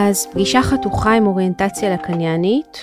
אז פגישה חתוכה עם אוריינטציה לקניינית,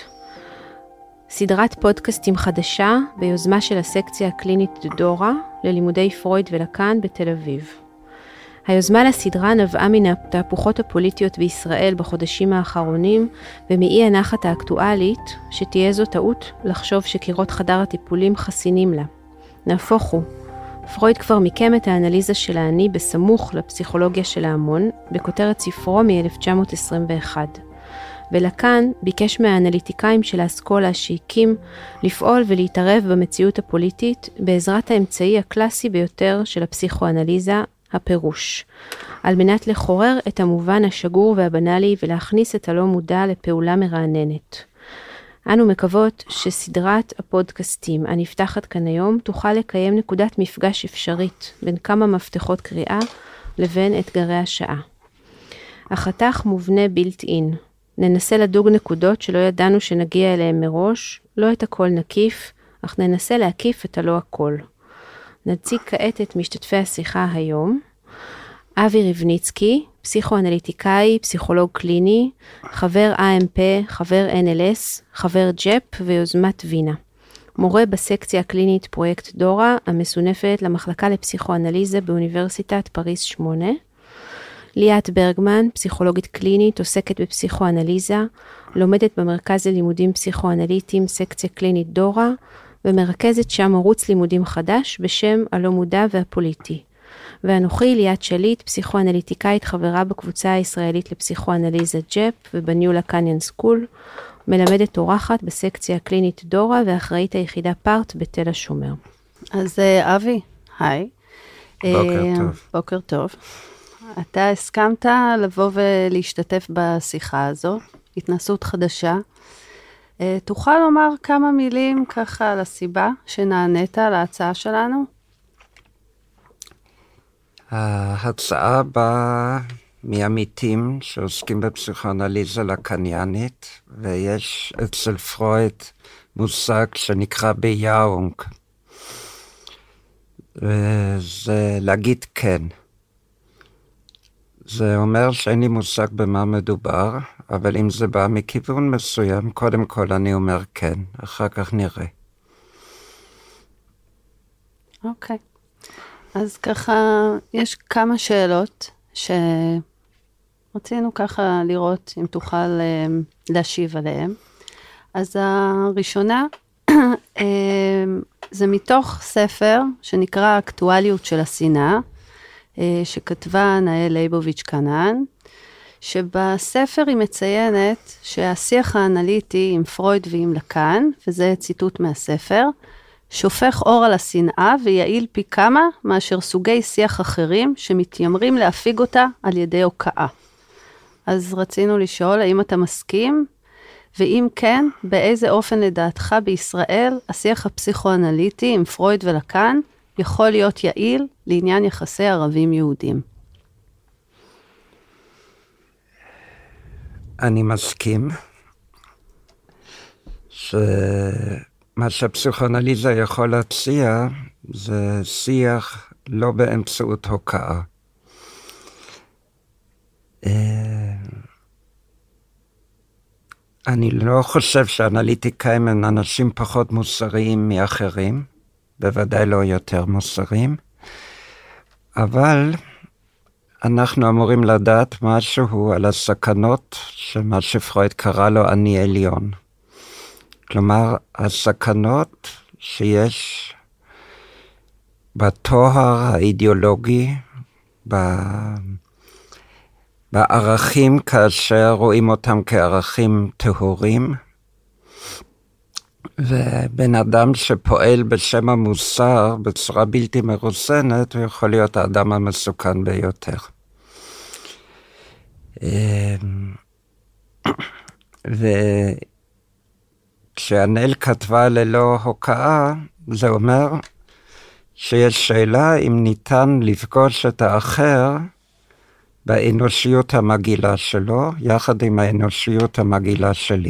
סדרת פודקאסטים חדשה ביוזמה של הסקציה הקלינית דורה ללימודי פרויד ולקאן בתל אביב. היוזמה לסדרה נבעה מן התהפוכות הפוליטיות בישראל בחודשים האחרונים ומאי הנחת האקטואלית שתהיה זו טעות לחשוב שקירות חדר הטיפולים חסינים לה. נהפוך הוא. פרויד כבר מיקם את האנליזה של האני בסמוך לפסיכולוגיה של ההמון בכותרת ספרו מ-1921. ולקאן ביקש מהאנליטיקאים של האסכולה שהקים לפעול ולהתערב במציאות הפוליטית בעזרת האמצעי הקלאסי ביותר של הפסיכואנליזה, הפירוש, על מנת לחורר את המובן השגור והבנאלי ולהכניס את הלא מודע לפעולה מרעננת. אנו מקוות שסדרת הפודקאסטים הנפתחת כאן היום תוכל לקיים נקודת מפגש אפשרית בין כמה מפתחות קריאה לבין אתגרי השעה. החתך מובנה בילט אין. ננסה לדוג נקודות שלא ידענו שנגיע אליהם מראש, לא את הכל נקיף, אך ננסה להקיף את הלא הכל. נציג כעת את משתתפי השיחה היום. אבי רבניצקי, פסיכואנליטיקאי, פסיכולוג קליני, חבר AMP, חבר NLS, חבר JEP ויוזמת וינה. מורה בסקציה הקלינית פרויקט דורה, המסונפת למחלקה לפסיכואנליזה באוניברסיטת פריס 8. ליאת ברגמן, פסיכולוגית קלינית, עוסקת בפסיכואנליזה, לומדת במרכז ללימודים פסיכואנליטיים סקציה קלינית דורה, ומרכזת שם ערוץ לימודים חדש בשם הלא מודע והפוליטי. ואנוכי ליאת שליט, פסיכואנליטיקאית חברה בקבוצה הישראלית לפסיכואנליזה ג'פ ובניולה קניון סקול, מלמדת אורחת בסקציה הקלינית דורה ואחראית היחידה פארט בתל השומר. אז אבי, היי. בוקר טוב. בוקר טוב. אתה הסכמת לבוא ולהשתתף בשיחה הזו, התנסות חדשה. תוכל לומר כמה מילים ככה על הסיבה שנענית להצעה שלנו? ההצעה באה מעמיתים שעוסקים בפסיכואנליזה לקניינית, ויש אצל פרויד מושג שנקרא ביאונג. וזה להגיד כן. זה אומר שאין לי מושג במה מדובר, אבל אם זה בא מכיוון מסוים, קודם כל אני אומר כן, אחר כך נראה. אוקיי. אז ככה, יש כמה שאלות שרצינו ככה לראות אם תוכל להשיב עליהן. אז הראשונה, זה מתוך ספר שנקרא האקטואליות של השנאה, שכתבה נאל ליבוביץ' קנן, שבספר היא מציינת שהשיח האנליטי עם פרויד ועם לקאן, וזה ציטוט מהספר, שופך אור על השנאה ויעיל פי כמה מאשר סוגי שיח אחרים שמתיימרים להפיג אותה על ידי הוקעה. אז רצינו לשאול, האם אתה מסכים? ואם כן, באיזה אופן לדעתך בישראל השיח הפסיכואנליטי עם פרויד ולקאן יכול להיות יעיל לעניין יחסי ערבים-יהודים? אני מסכים שמה שהפסיכואנליזה יכול להציע זה שיח לא באמצעות הוקעה. אני לא חושב שאנליטיקאים הם אנשים פחות מוסריים מאחרים, בוודאי לא יותר מוסריים, אבל אנחנו אמורים לדעת משהו על הסכנות שמה שפרויד קרא לו אני עליון. כלומר, הסכנות שיש בתואר האידיאולוגי, בערכים כאשר רואים אותם כערכים טהורים, ובן אדם שפועל בשם המוסר בצורה בלתי מרוסנת, הוא יכול להיות האדם המסוכן ביותר. וכשאנל כתבה ללא הוקעה, זה אומר שיש שאלה אם ניתן לפגוש את האחר באנושיות המגעילה שלו, יחד עם האנושיות המגעילה שלי.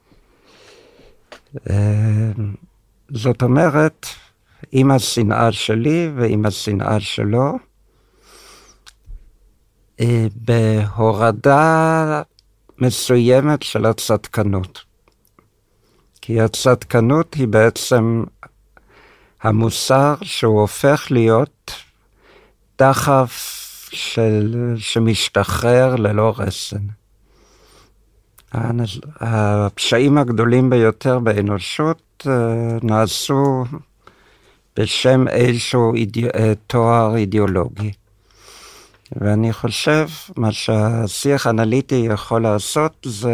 זאת אומרת, עם השנאה שלי ועם השנאה שלו, בהורדה מסוימת של הצדקנות. כי הצדקנות היא בעצם המוסר שהוא הופך להיות דחף שמשתחרר ללא רסן. הפשעים הגדולים ביותר באנושות נעשו בשם איזשהו תואר אידיאולוגי. ואני חושב, מה שהשיח אנליטי יכול לעשות זה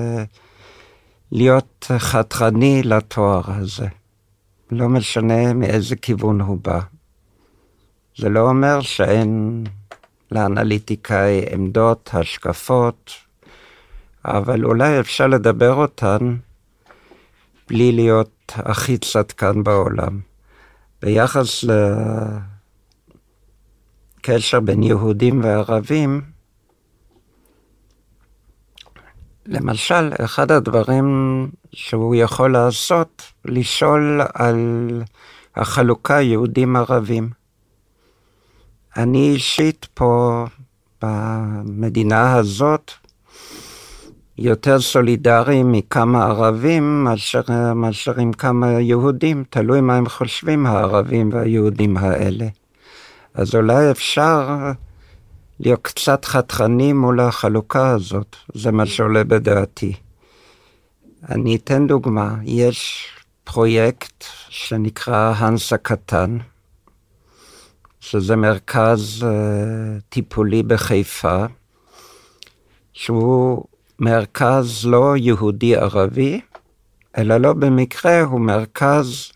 להיות חתרני לתואר הזה. לא משנה מאיזה כיוון הוא בא. זה לא אומר שאין לאנליטיקאי עמדות, השקפות, אבל אולי אפשר לדבר אותן בלי להיות הכי צדקן בעולם. ביחס לקשר בין יהודים וערבים, למשל, אחד הדברים שהוא יכול לעשות, לשאול על החלוקה יהודים-ערבים. אני אישית פה במדינה הזאת יותר סולידרי מכמה ערבים מאשר עם כמה יהודים, תלוי מה הם חושבים הערבים והיהודים האלה. אז אולי אפשר להיות קצת חתרני מול החלוקה הזאת, זה מה שעולה בדעתי. אני אתן דוגמה, יש פרויקט שנקרא הנס הקטן, שזה מרכז טיפולי בחיפה, שהוא מרכז לא יהודי-ערבי, אלא לא במקרה הוא מרכז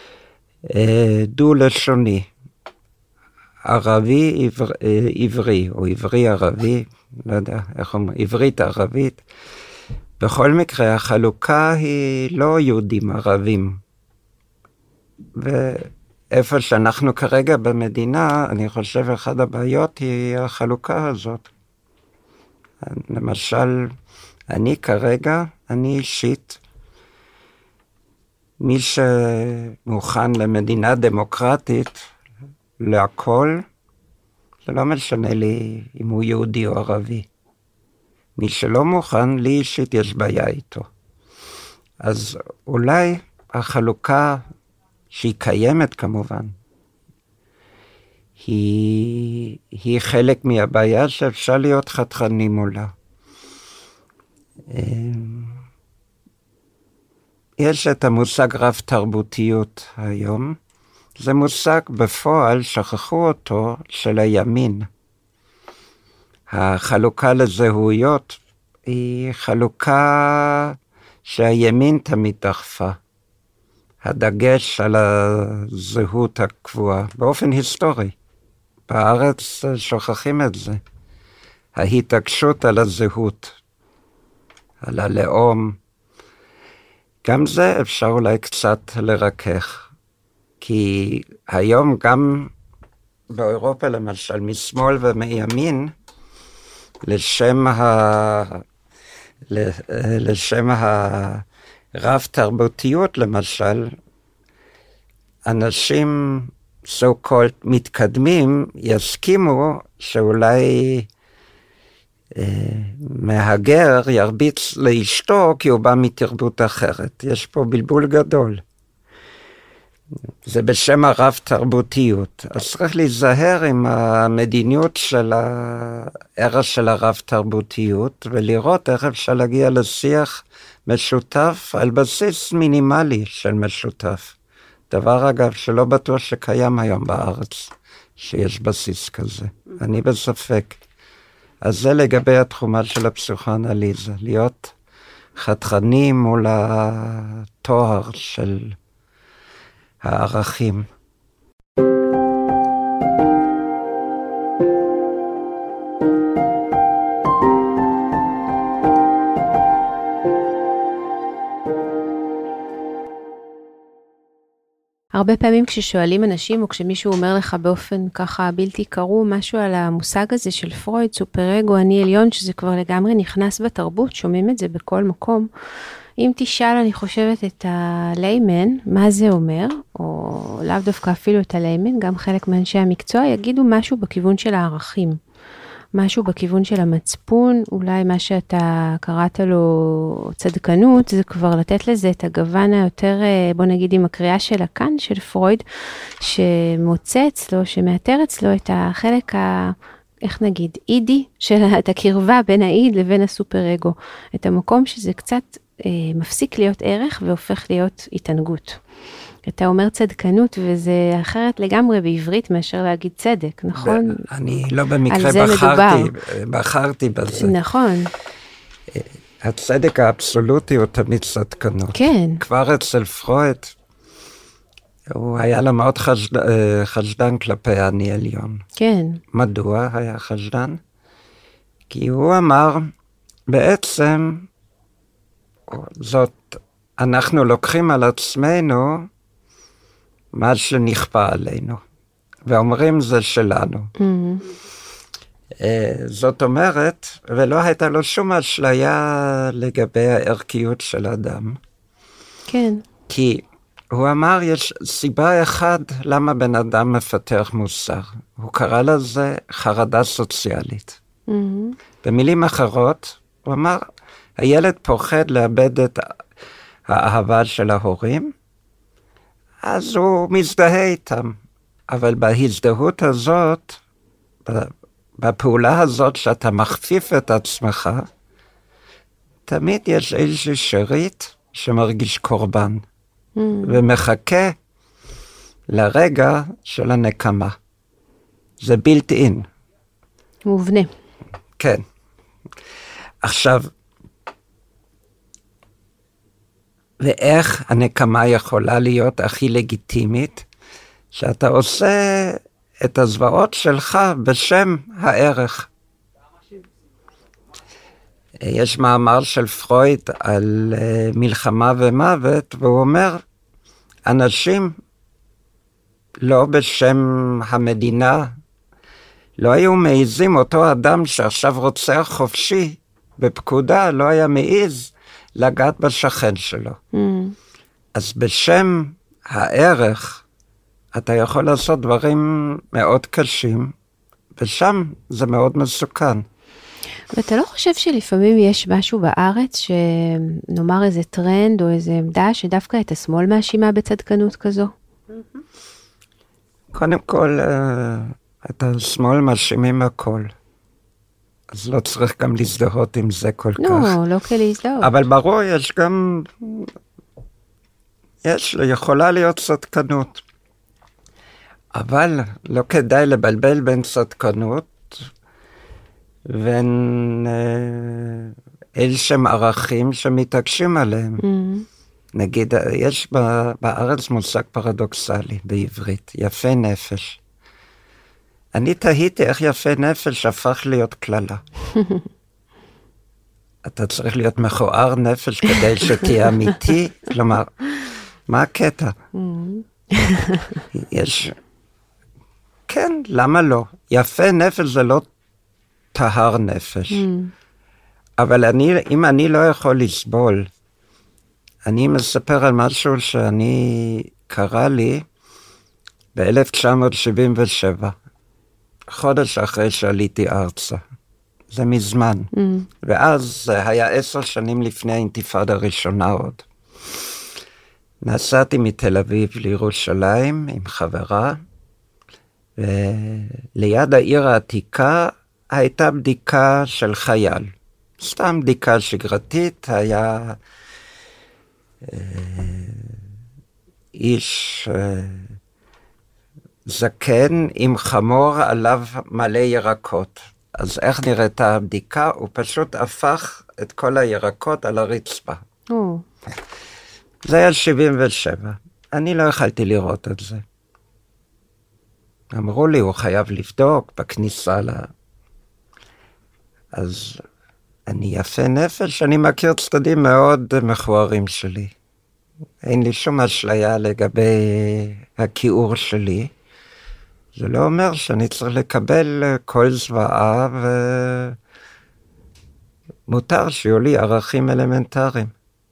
דו-לשוני. ערבי עברי, או עברי ערבי, לא יודע איך אומרים, עברית ערבית. בכל מקרה, החלוקה היא לא יהודים ערבים. ואיפה שאנחנו כרגע במדינה, אני חושב אחד הבעיות היא החלוקה הזאת. למשל, אני אישית, מי שמוכן למדינה דמוקרטית, להכל, זה לא משנה לי אם הוא יהודי או ערבי. מי שלא מוכן, לי אישית יש בעיה איתו. אז אולי החלוקה שהיא קיימת כמובן, היא חלק מהבעיה שאפשר להיות חתרני מולה. יש את המושג רב תרבותיות היום, זה מושג בפועל, שכחו אותו, של הימין. החלוקה לזהויות היא חלוקה שהימין תמיד דחפה. הדגש על הזהות הקבועה, באופן היסטורי. בארץ שוכחים את זה. ההתעקשות על הזהות, על הלאום. גם זה אפשר אולי קצת לרכך. כי היום גם באירופה למשל, משמאל ומימין, לשם הרב תרבותיות למשל, אנשים so called מתקדמים יסכימו שאולי מהגר ירביץ לאשתו כי הוא בא מתרבות אחרת. יש פה בלבול גדול. זה בשם הרב תרבותיות. אז צריך להיזהר עם המדיניות של הערך של הרב תרבותיות, ולראות איך אפשר להגיע לשיח משותף על בסיס מינימלי של משותף. דבר אגב שלא בטוח שקיים היום בארץ, שיש בסיס כזה. אני בספק. אז זה לגבי התחומה של הפסיכואנליזה, להיות חתרני מול התואר של הערכים. הרבה פעמים כששואלים אנשים, או כשמישהו אומר לך באופן ככה בלתי קרוא, משהו על המושג הזה של פרויד, סופר-אגו, אני עליון, שזה כבר לגמרי נכנס בתרבות, שומעים את זה בכל מקום. אם תשאל, אני חושבת את הליימן, מה זה אומר, או לאו דווקא אפילו את הליימן, גם חלק מאנשי המקצוע, יגידו משהו בכיוון של הערכים. משהו בכיוון של המצפון, אולי מה שאתה קראת לו צדקנות, זה כבר לתת לזה את הגוון היותר, בוא נגיד עם הקריאה של לקאן, של פרויד, שמוצא אצלו, שמאתר אצלו את החלק איך נגיד, אידי, את הקרבה בין האיד לבין הסופר אגו. את המקום שזה קצת מפסיק להיות ערך והופך להיות התענגות. אתה אומר צדקנות, וזה אחרת לגמרי בעברית מאשר להגיד צדק, נכון? אני לא במקרה בחרתי בזה. נכון. הצדק האבסולוטי הוא תמיד צדקנות. כן. כבר אצל פרויד, הוא היה לו מאוד חשדן כלפי האני עליון. כן. מדוע היה חשדן? כי הוא אמר, בעצם, זאת, אנחנו לוקחים על עצמנו מה שנכפה עלינו, ואומרים זה שלנו. זאת אומרת, ולא הייתה לו שום אשליה לגבי הערכיות של אדם. כן. כי הוא אמר, יש סיבה אחת למה בן אדם מפתח מוסר. הוא קרא לזה חרדה סוציאלית. במילים אחרות, הוא אמר, הילד פוחד לאבד את האהבה של ההורים, אז הוא מזדהה איתם. אבל בהזדהות הזאת, בפעולה הזאת שאתה מכפיף את עצמך, תמיד יש איזושהי שארית שמרגיש קורבן, ומחכה לרגע של הנקמה. זה בילט אין. מובנה. כן. עכשיו, ואיך הנקמה יכולה להיות הכי לגיטימית? שאתה עושה את הזוועות שלך בשם הערך. יש מאמר של פרויד על מלחמה ומוות, והוא אומר, אנשים לא בשם המדינה, לא היו מעיזים, אותו אדם שעכשיו רוצח חופשי בפקודה, לא היה מעיז לגעת בשכן שלו. אז בשם הערך, אתה יכול לעשות דברים מאוד קשים, ושם זה מאוד מסוכן. ואתה לא חושב שלפעמים יש משהו בארץ, שנאמר איזה טרנד או איזה עמדה, שדווקא את השמאל מאשימה בצדקנות כזו? קודם כל, את השמאל מאשימים הכל. אז לא צריך גם להזדהות עם זה כל כך. לא כלהזדהות. אבל ברור, יש גם, יכולה להיות צדקנות. אבל לא כדאי לבלבל בין צדקנות, ובין איזשהם ערכים שמתעקשים עליהם. נגיד, יש בארץ מושג פרדוקסלי בעברית, יפה נפש. אני תהיתי איך יפה נפש הפך להיות כללה. אתה צריך להיות מכוער נפש כדי שתהיה אמיתי, כלומר, מה הקטע? יש... כן, למה לא? יפה נפש זה לא טהר נפש. אבל אם אני לא יכול לסבול, אני מספר על משהו שאני קרא לי ב-1977, חודש אחרי שעליתי ארצה. זה מזמן. ואז זה היה 10 שנים לפני האינתיפאדה הראשונה עוד. נסעתי מתל אביב לירושלים עם חברה, וליד העיר העתיקה הייתה בדיקה של חייל. סתם בדיקה שגרתית, היה איש זקן עם חמור עליו מלא ירקות. אז איך נראתה הבדיקה? הוא פשוט הפך את כל הירקות על הרצפה. זה היה 77. אני לא יכלתי לראות את זה. אמרו לי, הוא חייב לבדוק בכניסה אז אני יפה נפש, אני מכיר צדדים מאוד מכוערים שלי. אין לי שום אשליה לגבי הכיעור שלי. זה לא אומר שאני צריך לקבל כל זוועה, ומותר שיהיו לי ערכים אלמנטריים.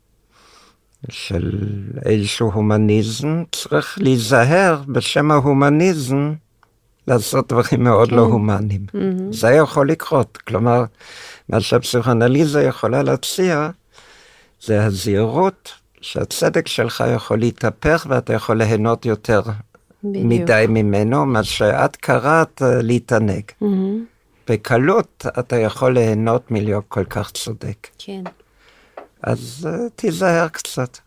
של איזשהו הומניזם, צריך להיזהר בשם ההומניזם לעשות דברים מאוד לא הומניים. זה יכול לקרות. כלומר, מה שהפסיכואנליזה יכולה להציע, זה הזהירות שהצדק שלך יכול להתהפך, ואתה יכול ליהנות יותר מדי ממנו, מה שאת קראת להתענג. בקלות אתה יכול ליהנות מלהיות כל כך צודק. כן. אז תיזהר קצת.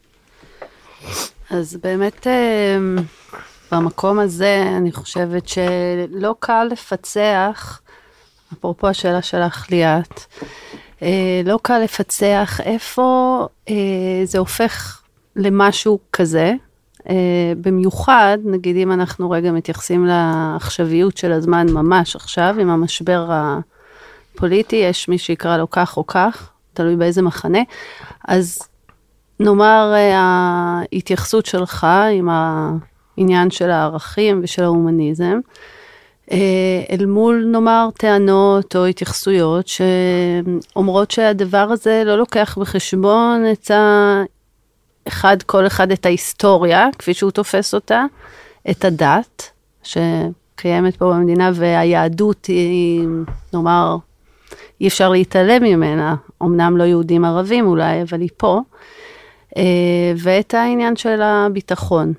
אז באמת, במקום הזה, אני חושבת שלא קל לפצח, אפרופו השאלה שלך ליאת, לא קל לפצח איפה זה הופך למשהו כזה, במיוחד, נגיד אם אנחנו רגע מתייחסים לעכשוויות של הזמן ממש עכשיו, עם המשבר הפוליטי, יש מי שיקרא לו כך או כך, תלוי באיזה מחנה, אז נאמר ההתייחסות שלך עם העניין של הערכים ושל ההומניזם, אל מול נאמר טענות או התייחסויות שאומרות שהדבר הזה לא לוקח בחשבון את כל אחד את ההיסטוריה, כפי שהוא תופס אותה, את הדת שקיימת פה במדינה, והיהדות היא, נאמר, אי אפשר להתעלם ממנה, אמנם לא יהודים ערבים אולי, אבל היא פה, ואת העניין של הביטחון.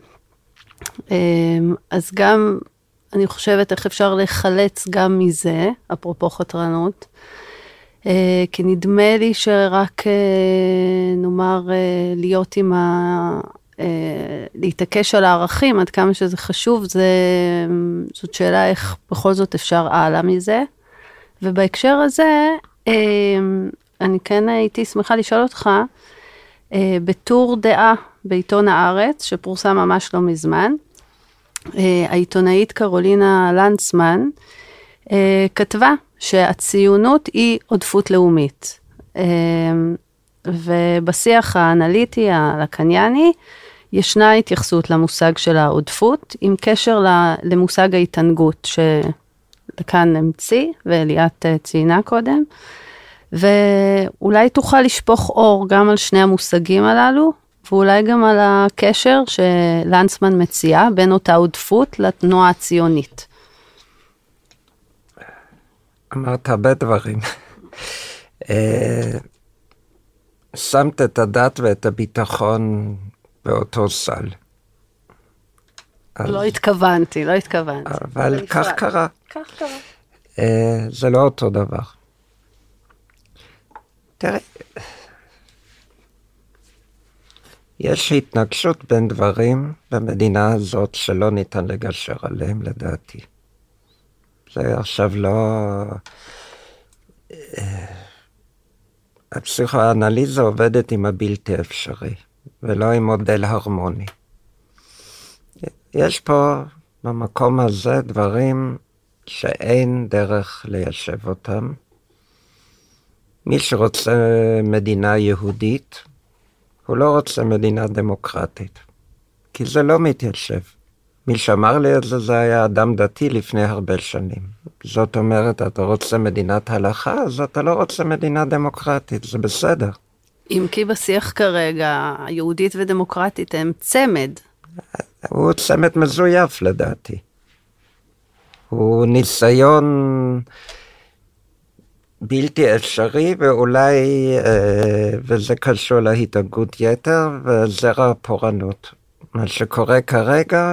אז גם, אני חושבת איך אפשר לחלץ גם מזה, אפרופו חתרנות, כי נדמה לי שרק נאמר להיות להתעקש על הערכים, עד כמה שזה חשוב, זאת שאלה איך בכל זאת אפשר הלאה מזה, ובהקשר הזה, אני כן הייתי שמחה לשאול אותך, בטור דעה בעיתון הארץ, שפורסם ממש לא מזמן, העיתונאית קרולינה לנצמן, כתבה שהציונות היא עודפות לאומית. ובשיח האנליטי הלקניאני, ישנה התייחסות למושג של העודפות, עם קשר למושג ההתענגות, שלכאן המציא, וליאת ציינה קודם, ואולי תוכל לשפוך אור גם על שני המושגים הללו, ואולי גם על הקשר שלנצמן מציעה, בין אותה עודפות לתנועה הציונית. אמרת הרבה דברים. שמת את הדת ואת הביטחון באותו סל. לא התכוונתי. אבל כך קרה. זה לא אותו דבר. תראה, יש התנגשות בין דברים במדינה הזאת שלא ניתן לגשר עליהם לדעתי. זה עכשיו לא... הפסיכואנליזה עובדת עם הבלתי אפשרי, ולא עם מודל הרמוני. יש פה במקום הזה דברים שאין דרך ליישב אותם. מי שרוצה מדינה יהודית, הוא לא רוצה מדינה דמוקרטית, כי זה לא מתיישב. מי שאמר לי את זה, זה היה אדם דתי לפני הרבה שנים. זאת אומרת, אתה רוצה מדינת הלכה, אז אתה לא רוצה מדינה דמוקרטית, זה בסדר. אם כי בשיח כרגע, היהודית ודמוקרטית הם צמד. הוא צמד מזויף לדעתי. הוא ניסיון בלתי אפשרי, ואולי, וזה קשור להתנהגות יתר, וזרע פורענות. מה שקורה כרגע,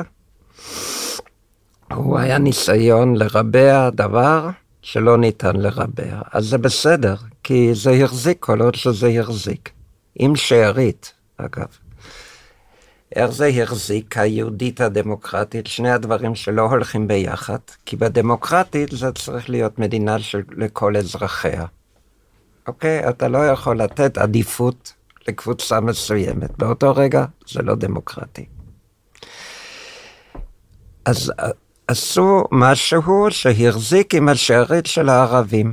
הוא היה ניסיון לרבע דבר שלא ניתן לרבע. אז זה בסדר, כי זה יחזיק כל עוד שזה יחזיק. עם שארית, אגב. איך זה יחזיק, היהודית הדמוקרטית, שני הדברים שלא הולכים ביחד, כי בדמוקרטית זה צריך להיות מדינה לכל אזרחיה. אוקיי? אתה לא יכול לתת עדיפות לקבוצה מסוימת. באותו רגע זה לא דמוקרטי. אז עשו משהו שהחזיק עם השארית של הערבים.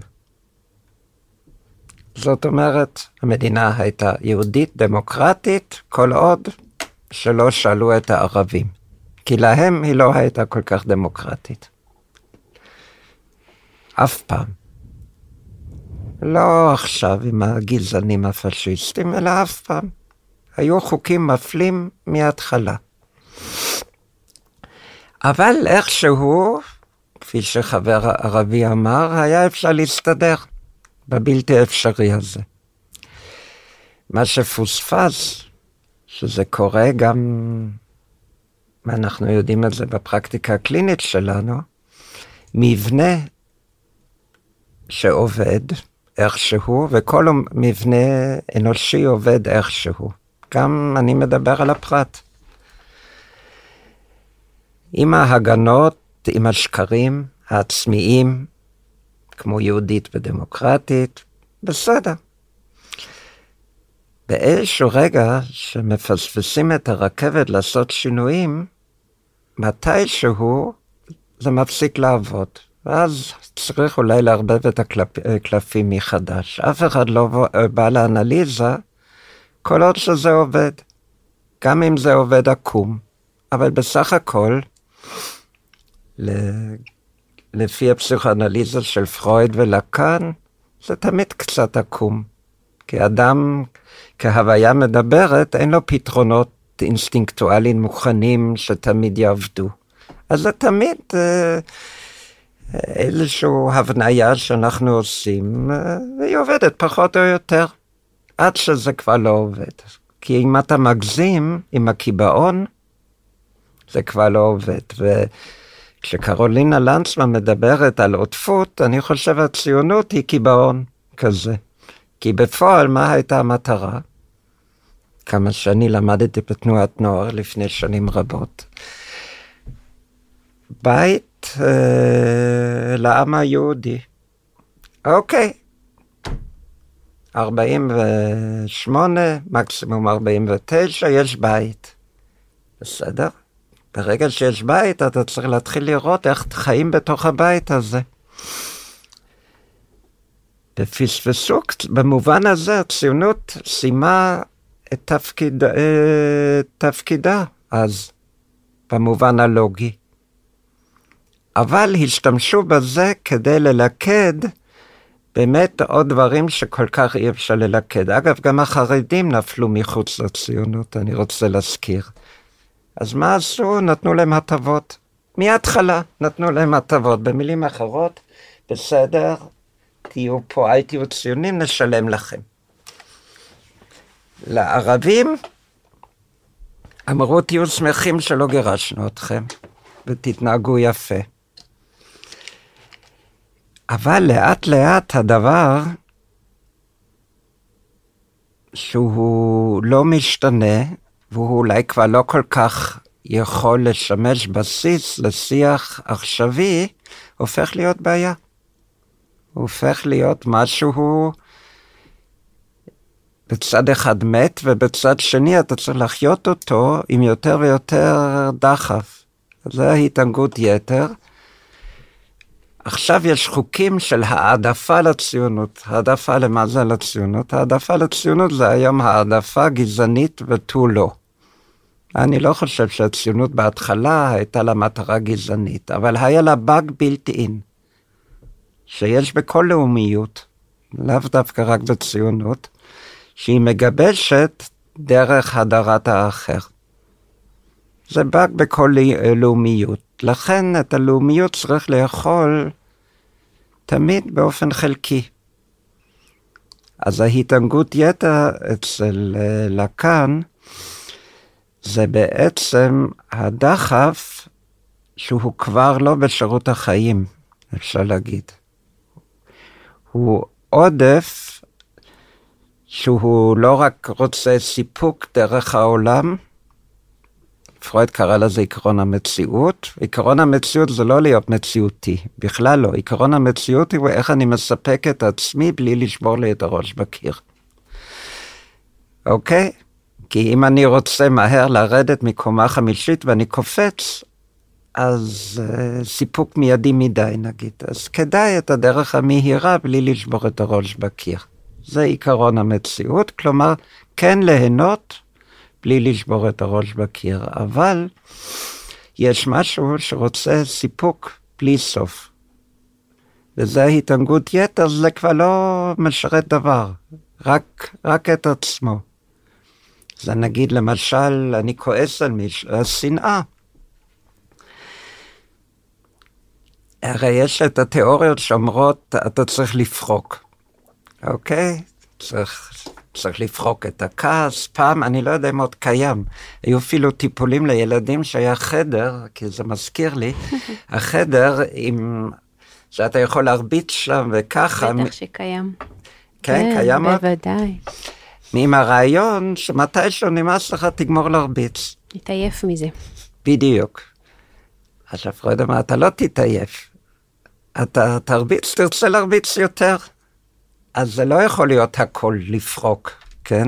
זאת אומרת, המדינה הייתה יהודית, דמוקרטית, כל עוד שלא שאלו את הערבים. כי להם היא לא הייתה כל כך דמוקרטית. אף פעם. לא עכשיו עם הגזענים הפשיסטים, אלא אף פעם. היו חוקים מפלים מההתחלה. אבל איכשהו כפי שחבר ערבי אמר, היה אפשר להסתדר בבלתי אפשרי הזה. מה שפוספס, שזה קורה גם, אנחנו יודעים את זה בפרקטיקה הקלינית שלנו, מבנה שעובד איכשהו, וכל מבנה אנושי עובד איכשהו. גם אני מדבר על הפרט. עם ההגנות, עם השקרים העצמיים, כמו יהודית ודמוקרטית, בסדר. באיזשהו רגע שמפספסים את הרכבת לעשות שינויים, מתישהו זה מפסיק לעבוד. ואז צריך אולי לערבב את הקלפים מחדש. אף אחד לא בא לאנליזה, כל עוד שזה עובד. גם אם זה עובד עקום. אבל בסך הכל, לפי הפסיכואנליזה של פרויד ולקאן, זה תמיד קצת עקום. כי אדם, כהוויה מדברת, אין לו פתרונות אינסטינקטואליים מוכנים שתמיד יעבדו. אז זה תמיד איזושהי הבניה שאנחנו עושים, והיא עובדת פחות או יותר, עד שזה כבר לא עובד. כי אם אתה מגזים עם הקיבעון, זה כבר לא עובד. וכשקרולינה לנצמן מדברת על עוטפות, אני חושב הציונות היא קיבעון כזה. כי בפועל מה הייתה המטרה? כמה שאני למדתי בתנועת נוער לפני שנים רבות. בית לעם היהודי. אוקיי. 48, מקסימום 49, יש בית. בסדר? ברגע שיש בית, אתה צריך להתחיל לראות איך חיים בתוך הבית הזה. ופספסו, במובן הזה הציונות סיימה את תפקידה אז, במובן הלוגי. אבל השתמשו בזה כדי ללכד באמת עוד דברים שכל כך אי אפשר ללכד. אגב, גם החרדים נפלו מחוץ לציונות, אני רוצה להזכיר. אז מה עשו? נתנו להם הטבות. מההתחלה נתנו להם הטבות. במילים אחרות, בסדר, תהיו פה, אל תהיו ציונים, נשלם לכם. לערבים אמרו, תהיו שמחים שלא גירשנו אתכם, ותתנהגו יפה. אבל לאט לאט הדבר שהוא לא משתנה, והוא אולי כבר לא כל כך יכול לשמש בסיס לשיח עכשווי, הופך להיות בעיה. הוא הופך להיות משהו בצד אחד מת, ובצד שני אתה צריך לחיות אותו עם יותר ויותר דחף. זה ההתענגות יתר. עכשיו יש חוקים של העדפה לציונות. העדפה למה זה לציונות? העדפה לציונות זה היום העדפה גזענית ותו לא. אני לא חושב שהציונות בהתחלה הייתה לה מטרה גזענית, אבל היה לה באג בילט אין, שיש בכל לאומיות, לאו דווקא רק בציונות, שהיא מגבשת דרך הדרת האחר. זה באג בכל לאומיות. לכן את הלאומיות צריך לאכול תמיד באופן חלקי. אז ההתענגות יתר אצל לקאן, זה בעצם הדחף שהוא כבר לא בשירות החיים, אפשר להגיד. הוא עודף שהוא לא רק רוצה סיפוק דרך העולם, פרויד קרא לזה עקרון המציאות. עקרון המציאות זה לא להיות מציאותי, בכלל לא. עקרון המציאות הוא איך אני מספק את עצמי בלי לשבור לי את הראש בקיר. אוקיי? כי אם אני רוצה מהר לרדת מקומה חמישית ואני קופץ, אז סיפוק מיידי מדי נגיד. אז כדאי את הדרך המהירה בלי לשבור את הראש בקיר. זה עיקרון המציאות, כלומר, כן ליהנות בלי לשבור את הראש בקיר. אבל יש משהו שרוצה סיפוק בלי סוף. וזה התענגות יתר, זה כבר לא משרת דבר, רק את עצמו. זה נגיד למשל, אני כועס על מישהו, השנאה. הרי יש את התיאוריות שאומרות, אתה צריך לפרוק, אוקיי? צריך לפרוק את הכעס. פעם, אני לא יודע אם עוד קיים, היו אפילו טיפולים לילדים שהיה חדר, כי זה מזכיר לי, החדר עם... שאתה יכול להרביץ שם וככה. בטח שקיים. כן, קיים עוד? בוודאי. עם הרעיון שמתישהו נמאס לך, תגמור להרביץ. תתעייף מזה. בדיוק. עכשיו פרויד אמר, אתה לא תתעייף. אתה תרביץ, תרצה להרביץ יותר. אז זה לא יכול להיות הכל לפרוק, כן?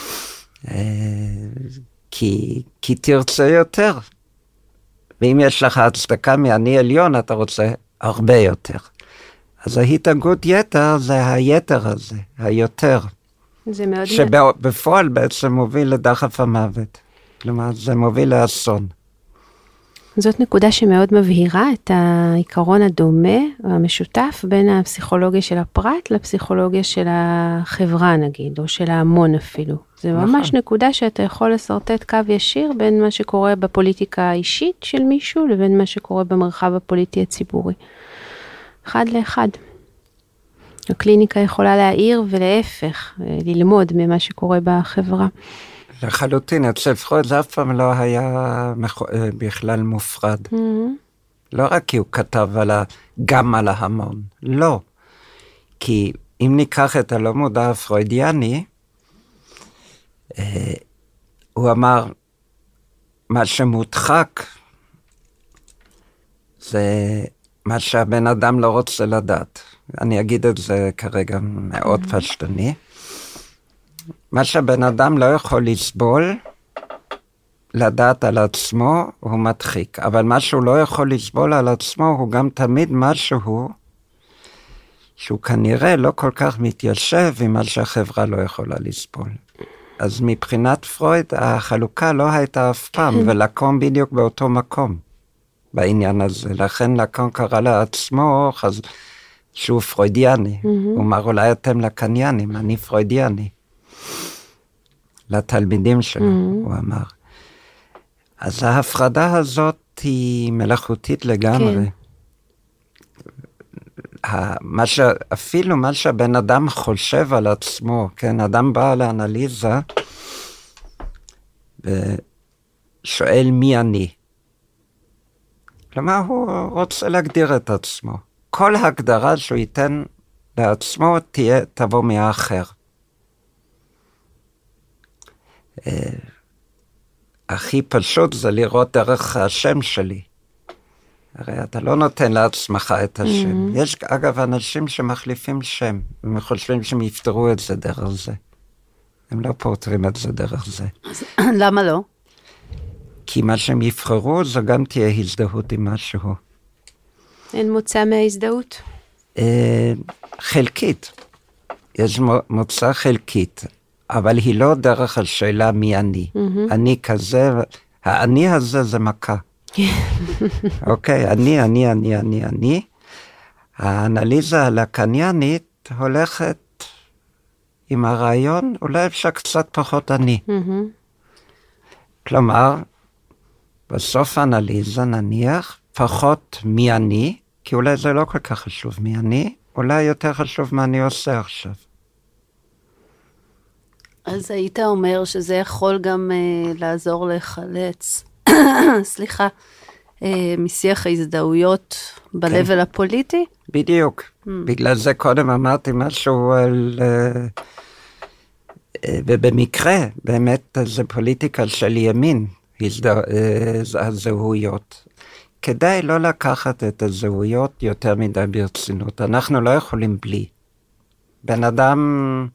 כי תרצה יותר. ואם יש לך הצדקה מעני עליון, אתה רוצה הרבה יותר. אז ההתאגות יתר זה היתר הזה, היותר. זה מאוד... שבפועל בעצם מוביל לדחף המוות. כלומר, זה מוביל לאסון. זאת נקודה שמאוד מבהירה את העיקרון הדומה, המשותף, בין הפסיכולוגיה של הפרט לפסיכולוגיה של החברה נגיד, או של ההמון אפילו. זה ממש נקודה שאתה יכול לסרטט קו ישיר בין מה שקורה בפוליטיקה האישית של מישהו, לבין מה שקורה במרחב הפוליטי הציבורי. אחד לאחד. הקליניקה יכולה להעיר ולהפך, ללמוד ממה שקורה בחברה. לחלוטין, אצל פרויד זה אף פעם לא היה בכלל מופרד. לא רק כי הוא כתב גם על ההמון, לא. כי אם ניקח את הלא מודע הפרוידיאני, הוא אמר, מה שמודחק זה מה שהבן אדם לא רוצה לדעת. אני אגיד את זה כרגע מאוד פשטני. מה שהבן אדם לא יכול לסבול, לדעת על עצמו, הוא מדחיק. אבל מה שהוא לא יכול לסבול על עצמו, הוא גם תמיד משהו, שהוא כנראה לא כל כך מתיישב עם מה שהחברה לא יכולה לסבול. אז מבחינת פרויד, החלוקה לא הייתה אף פעם, ולקום בדיוק באותו מקום, בעניין הזה. לכן לקום קרא לעצמו, שהוא פרוידיאני. הוא אמר, אולי אתם לקניינים, אני פרוידיאני. לתלמידים שלו, הוא אמר. אז ההפרדה הזאת היא מלאכותית לגמרי. אפילו מה שהבן אדם חושב על עצמו, כן, אדם בא לאנליזה, ושואל מי אני. כלומר, הוא רוצה להגדיר את עצמו. כל הגדרה שהוא ייתן לעצמו תבוא מהאחר. הכי פשוט זה לראות דרך השם שלי. הרי אתה לא נותן לעצמך את השם. יש אגב אנשים שמחליפים שם, הם חושבים שהם יפתרו את זה דרך זה. הם לא פותרים את זה דרך זה. למה לא? כי מה שהם יבחרו זה גם תהיה הזדהות עם משהו. אין מוצא מההזדהות? חלקית. יש מוצא חלקית. אבל היא לא דרך השאלה מי אני. אני כזה, האני הזה זה מכה. אוקיי, אני. האנליזה הלקניאנית הולכת עם הרעיון, אולי אפשר קצת פחות אני. כלומר, בסוף האנליזה נניח פחות מי אני, כי אולי זה לא כל כך חשוב מי אני, אולי יותר חשוב מה אני עושה עכשיו. אז היית אומר שזה יכול גם לעזור לחלץ, סליחה, משיח ההזדהויות ב-level הפוליטי? בדיוק. בגלל זה קודם אמרתי משהו על... ובמקרה, באמת זה פוליטיקה של ימין, הזהויות. כדאי לא לקחת את הזהויות יותר מדי ברצינות. אנחנו לא יכולים בלי. בן אדם...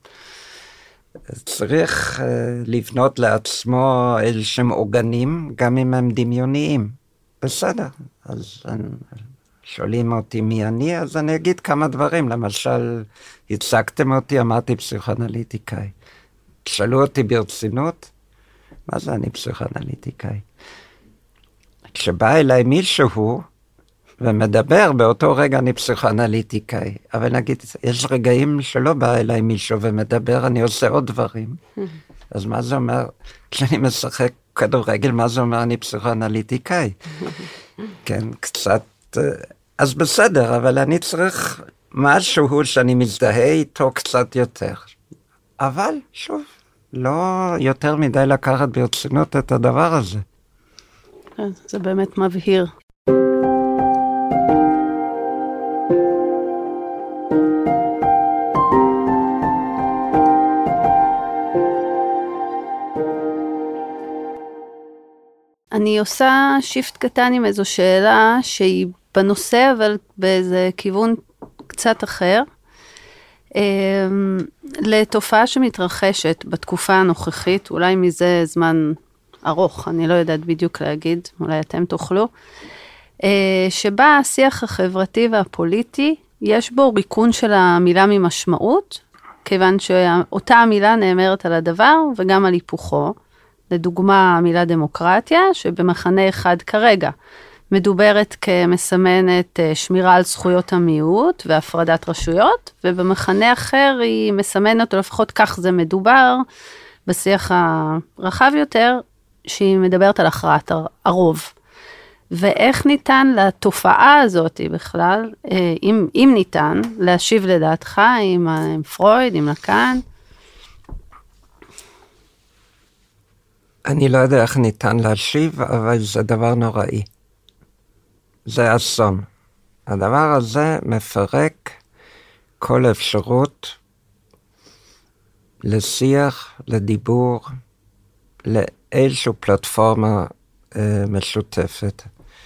צריך לבנות לעצמו איזשהם עוגנים, גם אם הם דמיוניים. בסדר, אז שואלים אותי מי אני, אז אני אגיד כמה דברים. למשל, הצגתם אותי, אמרתי פסיכואנליטיקאי. שאלו אותי ברצינות, מה זה אני פסיכואנליטיקאי? כשבא אליי מישהו ומדבר, באותו רגע אני פסיכואנליטיקאי. אבל נגיד, יש רגעים שלא בא אליי מישהו ומדבר, אני עושה עוד דברים. אז מה זה אומר? כשאני משחק כדורגל, מה זה אומר? אני פסיכואנליטיקאי. כן, קצת אז בסדר, אבל אני צריך משהו שאני מזדהה איתו קצת יותר. אבל שוב, לא יותר מדי לקחת ברצינות את הדבר הזה. זה באמת מבהיר. אני עושה שיפט קטן עם איזו שאלה שהיא בנושא, אבל באיזה כיוון קצת אחר. לתופעה שמתרחשת בתקופה הנוכחית, אולי מזה זמן ארוך, אני לא יודעת בדיוק להגיד, אולי אתם תוכלו, שבה השיח החברתי והפוליטי, יש בו ריקון של המילה ממשמעות, כיוון שאותה המילה נאמרת על הדבר וגם על היפוכו. לדוגמה, המילה דמוקרטיה, שבמחנה אחד כרגע מדוברת כמסמנת שמירה על זכויות המיעוט והפרדת רשויות, ובמחנה אחר היא מסמנת, או לפחות כך זה מדובר, בשיח הרחב יותר, שהיא מדברת על הכרעת הרוב. ואיך ניתן לתופעה הזאת בכלל, אם ניתן, להשיב לדעתך עם פרויד, עם לקאן? אני לא יודע איך ניתן להשיב, אבל זה דבר נוראי. זה אסון. הדבר הזה מפרק כל אפשרות לשיח, לדיבור, לאיזושהי פלטפורמה משותפת.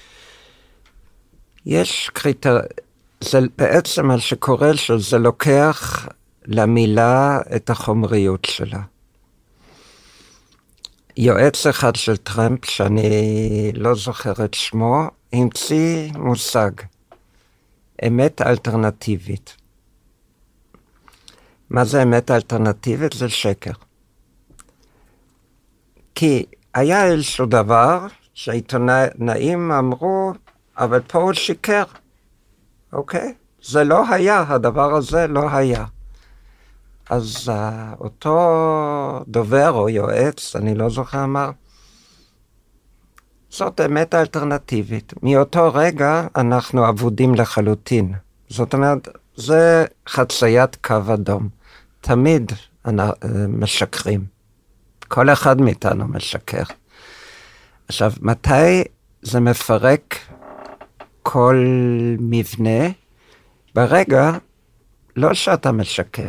יש זה בעצם מה שקורה שזה לוקח למילה את החומריות שלה. יועץ אחד של טראמפ, שאני לא זוכר את שמו, המציא מושג, אמת אלטרנטיבית. מה זה אמת אלטרנטיבית? זה שקר. כי היה איזשהו דבר שהעיתונאים אמרו, אבל פה הוא שיקר. אוקיי? זה לא היה, הדבר הזה לא היה. אז אותו דובר או יועץ, אני לא זוכר אמר, זאת אמת אלטרנטיבית. מאותו רגע אנחנו עבודים לחלוטין. זאת אומרת, זה חציית קו אדום. תמיד משקרים. כל אחד מאיתנו משקר. עכשיו, מתי זה מפרק כל מבנה? ברגע, לא שאתה משקר,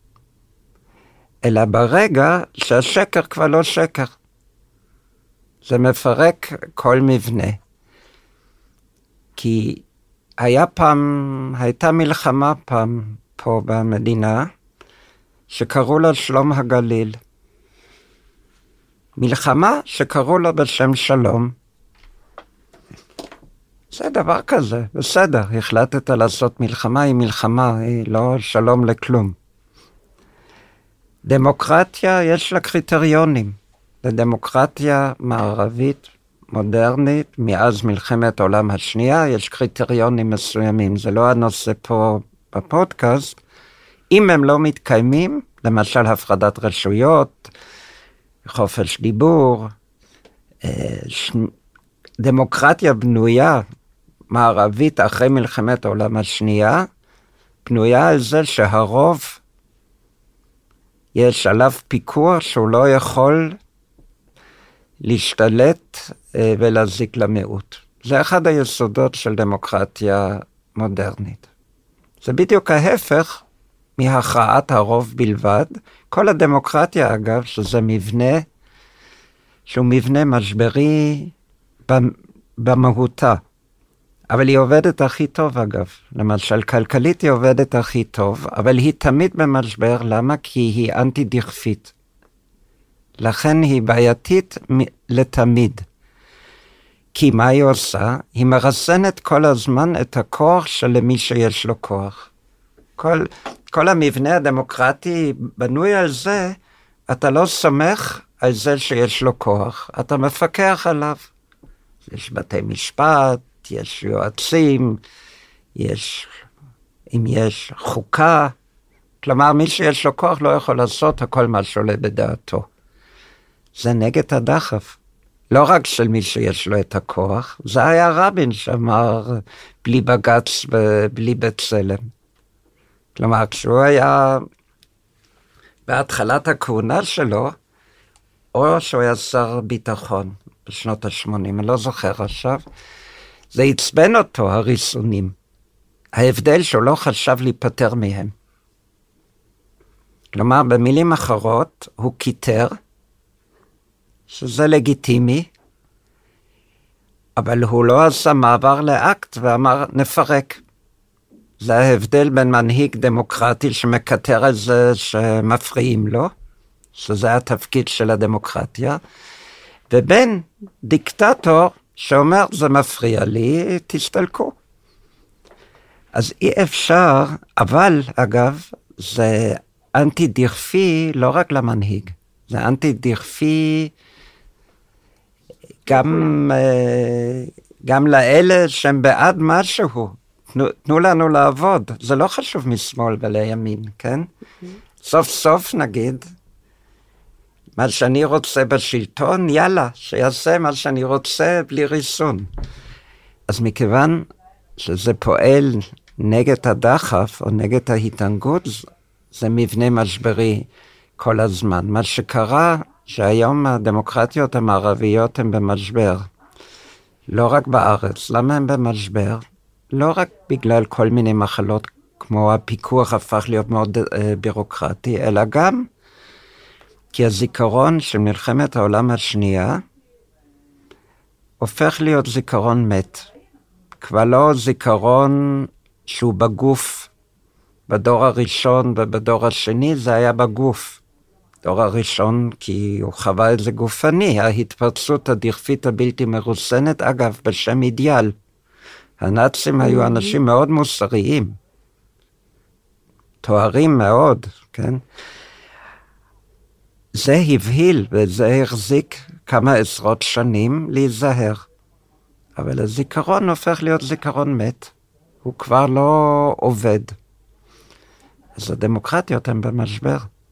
אלא ברגע שהשקר כבר לא שקר. זה מפרק כל מבנה. כי הייתה מלחמה פעם פה במדינה, שקראו לה שלום הגליל. מלחמה שקראו לה בשם שלום. זה דבר כזה, בסדר, החלטת לעשות מלחמה, היא מלחמה, היא לא שלום לכלום. דמוקרטיה יש לה קריטריונים. לדמוקרטיה מערבית, מודרנית, מאז מלחמת העולם השנייה, יש קריטריונים מסוימים. זה לא הנושא פה בפודקאסט. אם הם לא מתקיימים, למשל הפרדת רשויות, חופש דיבור, דמוקרטיה בנויה מערבית אחרי מלחמת העולם השנייה, בנויה על זה שהרוב יש עליו פיקוח שהוא לא יכול להשתלט ולהזיק למיעוט. זה אחד היסודות של דמוקרטיה מודרנית. זה בדיוק ההפך מהכרעת הרוב בלבד. כל הדמוקרטיה, אגב, שזה מבנה, שהוא מבנה משברי במהותה. אבל היא עובדת הכי טוב, אגב. למשל, כלכלית היא עובדת הכי טוב, אבל היא תמיד במשבר. למה? כי היא אנטי-דכפית. לכן היא בעייתית לתמיד. כי מה היא עושה? היא מרסנת כל הזמן את הכוח של מי שיש לו כוח. כל המבנה הדמוקרטי בנוי על זה, אתה לא סומך על זה שיש לו כוח, אתה מפקח עליו. יש בתי משפט, יש יועצים, אם יש חוקה, כלומר מי שיש לו כוח לא יכול לעשות הכל מה שעולה בדעתו. זה נגד הדחף. לא רק של מי שיש לו את הכוח, זה היה רבין שאמר בלי בג"ץ ובלי בצלם. כלומר, כשהוא היה בהתחלת הכהונה שלו, או שהוא היה שר ביטחון בשנות ה-80, אני לא זוכר עכשיו, זה עצבן אותו, הריסונים. ההבדל שהוא לא חשב להיפטר מהם. כלומר, במילים אחרות, הוא כיתר, שזה לגיטימי, אבל הוא לא עשה מעבר לאקט ואמר, נפרק. זה ההבדל בין מנהיג דמוקרטי שמקטר את זה שמפריעים לו, שזה התפקיד של הדמוקרטיה, ובין דיקטטור שאומר, זה מפריע לי, תסתלקו. אז אי אפשר, אבל אגב, זה אנטי דכפי לא רק למנהיג, זה אנטי דכפי גם לאלה שהם בעד משהו. תנו לנו לעבוד, זה לא חשוב משמאל ולימין, כן? סוף סוף נגיד, מה שאני רוצה בשלטון, יאללה, שיעשה מה שאני רוצה בלי ריסון. אז מכיוון שזה פועל נגד הדחף או נגד ההתענגות, זה מבנה משברי כל הזמן. מה שקרה, שהיום הדמוקרטיות המערביות הן במשבר. לא רק בארץ. למה הן במשבר? לא רק בגלל כל מיני מחלות, כמו הפיקוח הפך להיות מאוד בירוקרטי, אלא גם כי הזיכרון של מלחמת העולם השנייה הופך להיות זיכרון מת. כבר לא זיכרון שהוא בגוף. בדור הראשון ובדור השני זה היה בגוף. דור הראשון כי הוא חווה את זה גופני, ההתפרצות הדכפית הבלתי מרוסנת, אגב, בשם אידיאל. הנאצים היו אנשים מאוד מוסריים, תוארים מאוד, כן? זה הבהיל וזה החזיק כמה עשרות שנים להיזהר. אבל הזיכרון הופך להיות זיכרון מת. הוא כבר לא עובד. אז הדמוקרטיות הן במשבר.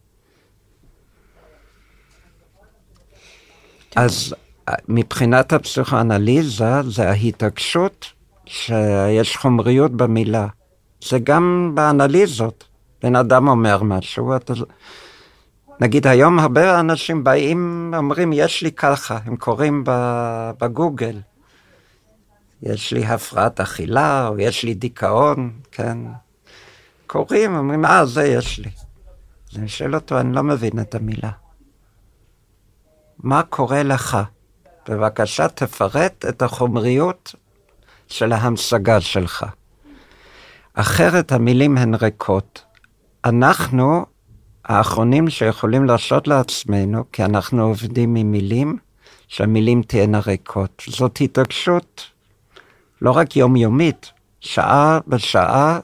אז מבחינת הפסיכואנליזה זה ההתעקשות שיש חומריות במילה. זה גם באנליזות. בן אדם אומר משהו, נגיד היום הרבה אנשים באים, אומרים יש לי ככה, הם קוראים בגוגל. יש לי הפרעת אכילה, או יש לי דיכאון, כן. קוראים, אומרים, זה יש לי. אז אני שואל אותו, אני לא מבין את המילה. מה קורה לך? בבקשה תפרט את החומריות של ההמשגה שלך. אחרת המילים הן ריקות. אנחנו האחרונים שיכולים להרשות לעצמנו, כי אנחנו עובדים עם מילים, שהמילים תהיינה ריקות. זאת התעקשות לא רק יומיומית, שעה בשעה,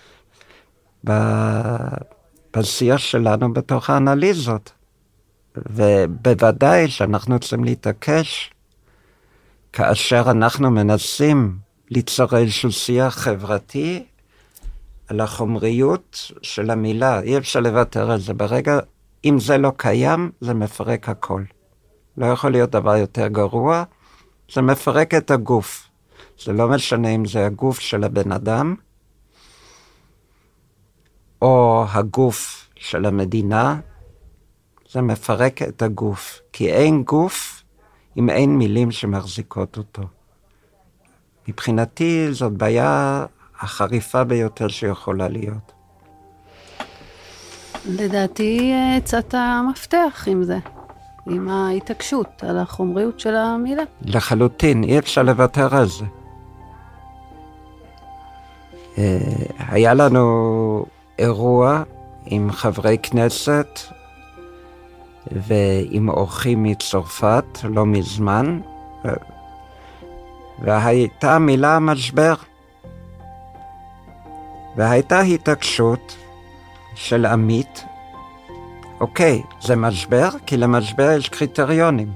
בשיח שלנו בתוך האנליזות. ובוודאי שאנחנו צריכים להתעקש, כאשר אנחנו מנסים ליצור איזשהו שיח חברתי, על החומריות של המילה. אי אפשר לוותר על זה. ברגע, אם זה לא קיים, זה מפרק הכל. לא יכול להיות דבר יותר גרוע, זה מפרק את הגוף. זה לא משנה אם זה הגוף של הבן אדם, או הגוף של המדינה, זה מפרק את הגוף. כי אין גוף אם אין מילים שמחזיקות אותו. מבחינתי זאת בעיה החריפה ביותר שיכולה להיות. לדעתי הצעת המפתח עם זה, עם ההתעקשות על החומריות של המילה. לחלוטין, אי אפשר לוותר על זה. היה לנו אירוע עם חברי כנסת ועם אורחים מצרפת לא מזמן, והייתה מילה משבר. והייתה התעקשות של עמית, אוקיי, זה משבר, כי למשבר יש קריטריונים.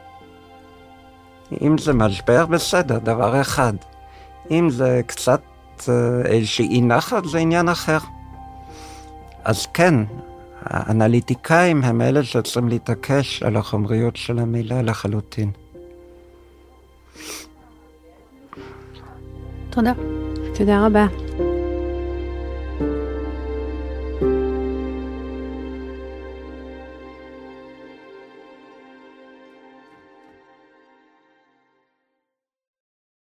אם זה משבר, בסדר, דבר אחד. אם זה קצת איזושהי אי נחת, זה עניין אחר. אז כן, האנליטיקאים הם אלה שצריכים להתעקש על החומריות של המילה לחלוטין. תודה. תודה רבה.